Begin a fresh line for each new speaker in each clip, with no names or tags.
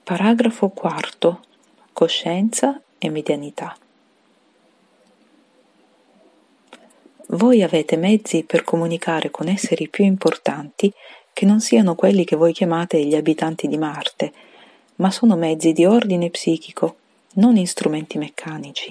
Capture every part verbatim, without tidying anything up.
Paragrafo quarto. Coscienza e medianità. Voi avete mezzi per comunicare con esseri più importanti che non siano quelli che voi chiamate gli abitanti di Marte, ma sono mezzi di ordine psichico, non strumenti meccanici.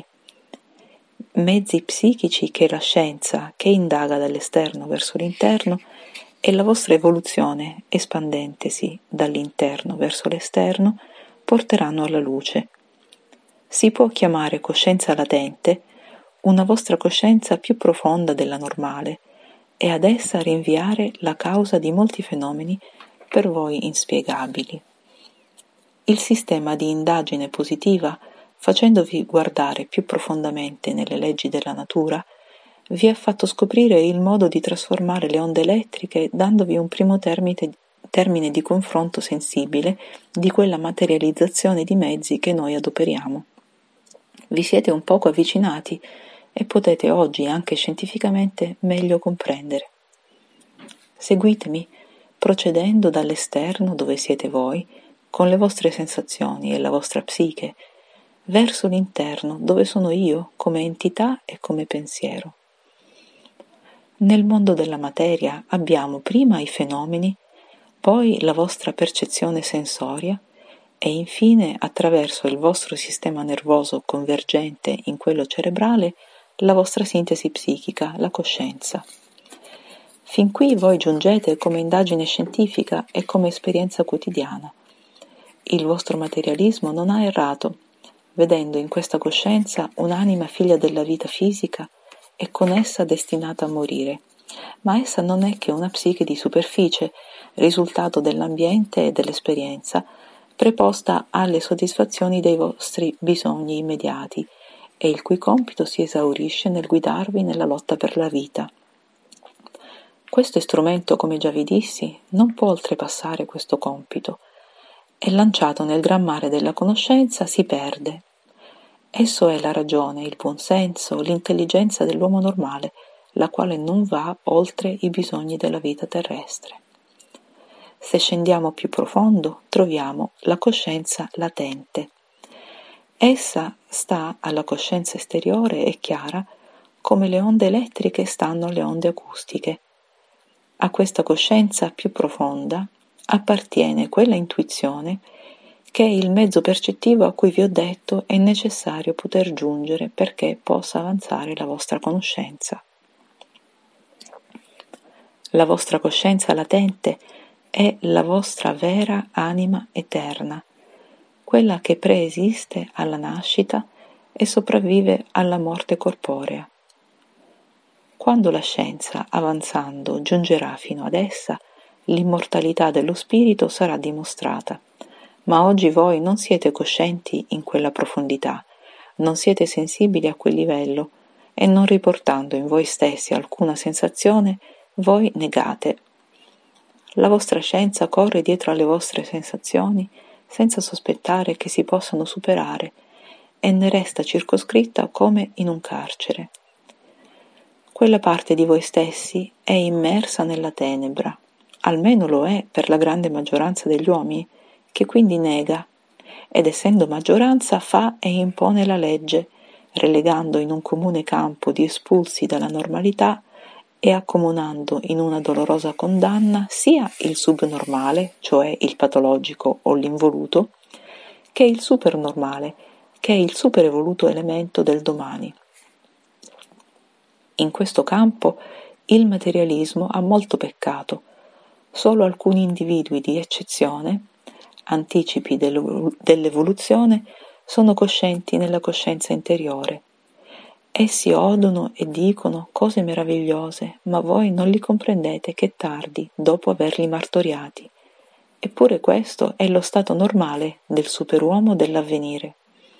Mezzi psichici che la scienza, che indaga dall'esterno verso l'interno, e la vostra evoluzione, espandentesi dall'interno verso l'esterno, porteranno alla luce. Si può chiamare coscienza latente una vostra coscienza più profonda della normale e ad essa rinviare la causa di molti fenomeni per voi inspiegabili. Il sistema di indagine positiva, facendovi guardare più profondamente nelle leggi della natura, vi ha fatto scoprire il modo di trasformare le onde elettriche, dandovi un primo termine, termine di confronto sensibile di quella materializzazione di mezzi che noi adoperiamo. Vi siete un poco avvicinati e potete oggi anche scientificamente meglio comprendere. Seguitemi procedendo dall'esterno dove siete voi, con le vostre sensazioni e la vostra psiche, verso l'interno dove sono io come entità e come pensiero. Nel mondo della materia abbiamo prima i fenomeni, poi la vostra percezione sensoria e infine, attraverso il vostro sistema nervoso convergente in quello cerebrale, la vostra sintesi psichica, la coscienza. Fin qui voi giungete come indagine scientifica e come esperienza quotidiana. Il vostro materialismo non ha errato, vedendo in questa coscienza un'anima figlia della vita fisica e con essa destinata a morire, ma essa non è che una psiche di superficie, risultato dell'ambiente e dell'esperienza, preposta alle soddisfazioni dei vostri bisogni immediati e il cui compito si esaurisce nel guidarvi nella lotta per la vita. Questo strumento, come già vi dissi, non può oltrepassare questo compito e lanciato nel gran mare della conoscenza si perde. Esso è la ragione, il buonsenso, l'intelligenza dell'uomo normale, la quale non va oltre i bisogni della vita terrestre. Se scendiamo più profondo, troviamo la coscienza latente. Essa sta alla coscienza esteriore e chiara come le onde elettriche stanno alle onde acustiche. A questa coscienza più profonda appartiene quella intuizione che è il mezzo percettivo a cui vi ho detto è necessario poter giungere perché possa avanzare la vostra conoscenza. La vostra coscienza latente è la vostra vera anima eterna, quella che preesiste alla nascita e sopravvive alla morte corporea. Quando la scienza, avanzando, giungerà fino ad essa, l'immortalità dello spirito sarà dimostrata. Ma oggi voi non siete coscienti in quella profondità, non siete sensibili a quel livello e non riportando in voi stessi alcuna sensazione, voi negate. La vostra scienza corre dietro alle vostre sensazioni senza sospettare che si possano superare e ne resta circoscritta come in un carcere. Quella parte di voi stessi è immersa nella tenebra, almeno lo è per la grande maggioranza degli uomini, che quindi nega, ed essendo maggioranza fa e impone la legge, relegando in un comune campo di espulsi dalla normalità e accomunando in una dolorosa condanna sia il subnormale, cioè il patologico o l'involuto, che il supernormale, che è il superevoluto elemento del domani. In questo campo il materialismo ha molto peccato. Solo alcuni individui di eccezione, anticipi dell'evoluzione, sono coscienti nella coscienza interiore. Essi odono e dicono cose meravigliose, ma voi non li comprendete che tardi, dopo averli martoriati. Eppure questo è lo stato normale del superuomo dell'avvenire.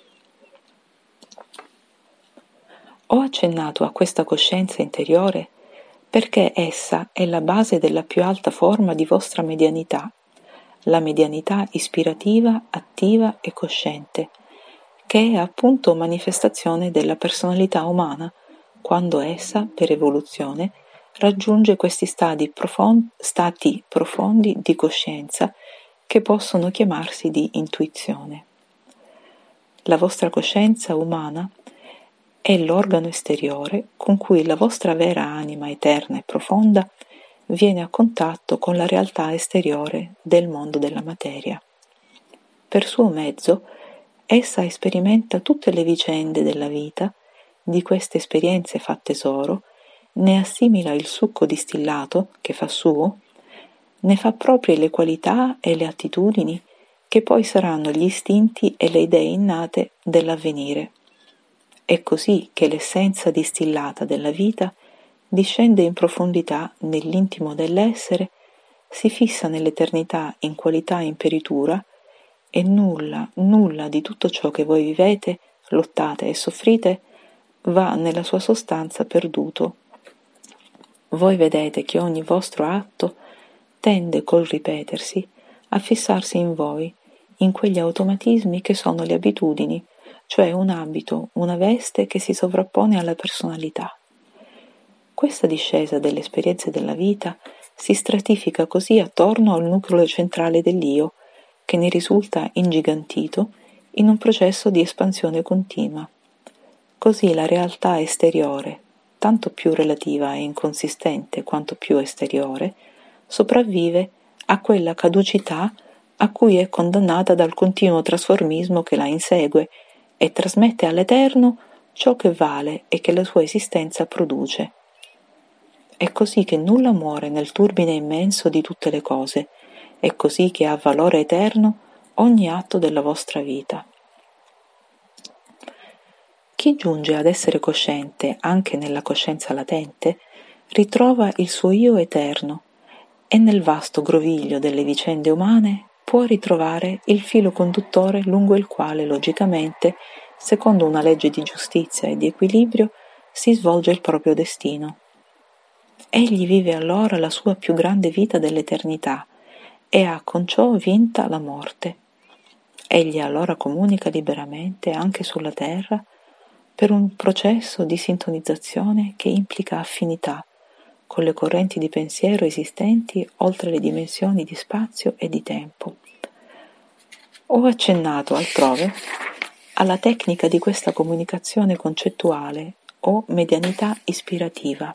Ho accennato a questa coscienza interiore perché essa è la base della più alta forma di vostra medianità, la medianità ispirativa, attiva e cosciente, che è appunto manifestazione della personalità umana, quando essa, per evoluzione, raggiunge questi stadi profondi, stati profondi di coscienza che possono chiamarsi di intuizione. La vostra coscienza umana è l'organo esteriore con cui la vostra vera anima eterna e profonda viene a contatto con la realtà esteriore del mondo della materia. Per suo mezzo, essa sperimenta tutte le vicende della vita, di queste esperienze fa tesoro, ne assimila il succo distillato che fa suo, ne fa proprie le qualità e le attitudini che poi saranno gli istinti e le idee innate dell'avvenire. È così che l'essenza distillata della vita discende in profondità nell'intimo dell'essere, si fissa nell'eternità in qualità imperitura e nulla, nulla di tutto ciò che voi vivete, lottate e soffrite va nella sua sostanza perduto. Voi vedete che ogni vostro atto tende col ripetersi a fissarsi in voi, in quegli automatismi che sono le abitudini, cioè un abito, una veste che si sovrappone alla personalità. Questa discesa delle esperienze della vita si stratifica così attorno al nucleo centrale dell'io, che ne risulta ingigantito in un processo di espansione continua. Così la realtà esteriore, tanto più relativa e inconsistente quanto più esteriore, sopravvive a quella caducità a cui è condannata dal continuo trasformismo che la insegue e trasmette all'eterno ciò che vale e che la sua esistenza produce. È così che nulla muore nel turbine immenso di tutte le cose, è così che ha valore eterno ogni atto della vostra vita. Chi giunge ad essere cosciente anche nella coscienza latente ritrova il suo io eterno e nel vasto groviglio delle vicende umane può ritrovare il filo conduttore lungo il quale logicamente, secondo una legge di giustizia e di equilibrio, si svolge il proprio destino. Egli vive allora la sua più grande vita dell'eternità e ha con ciò vinta la morte. Egli allora comunica liberamente anche sulla terra per un processo di sintonizzazione che implica affinità con le correnti di pensiero esistenti oltre le dimensioni di spazio e di tempo. Ho accennato altrove alla tecnica di questa comunicazione concettuale o medianità ispirativa.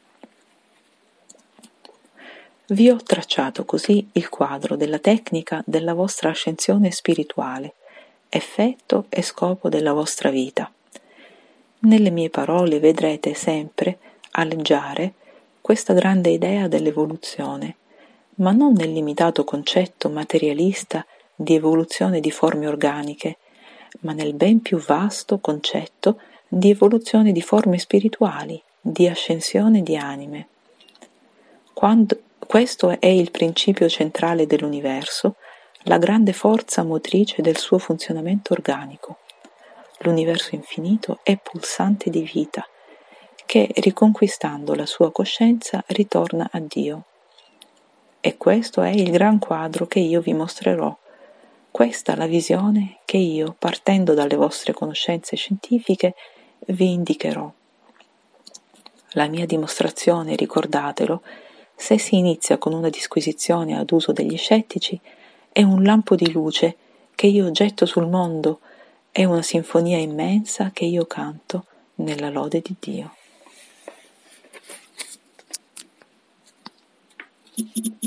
Vi ho tracciato così il quadro della tecnica della vostra ascensione spirituale, effetto e scopo della vostra vita. Nelle mie parole vedrete sempre aleggiare questa grande idea dell'evoluzione, ma non nel limitato concetto materialista di evoluzione di forme organiche, ma nel ben più vasto concetto di evoluzione di forme spirituali, di ascensione di anime. Quando questo è il principio centrale dell'universo, la grande forza motrice del suo funzionamento organico. L'universo infinito è pulsante di vita, che riconquistando la sua coscienza ritorna a Dio. E questo è il gran quadro che io vi mostrerò. Questa la visione che io, partendo dalle vostre conoscenze scientifiche, vi indicherò. La mia dimostrazione, ricordatelo, se si inizia con una disquisizione ad uso degli scettici, è un lampo di luce che io getto sul mondo, è una sinfonia immensa che io canto nella lode di Dio.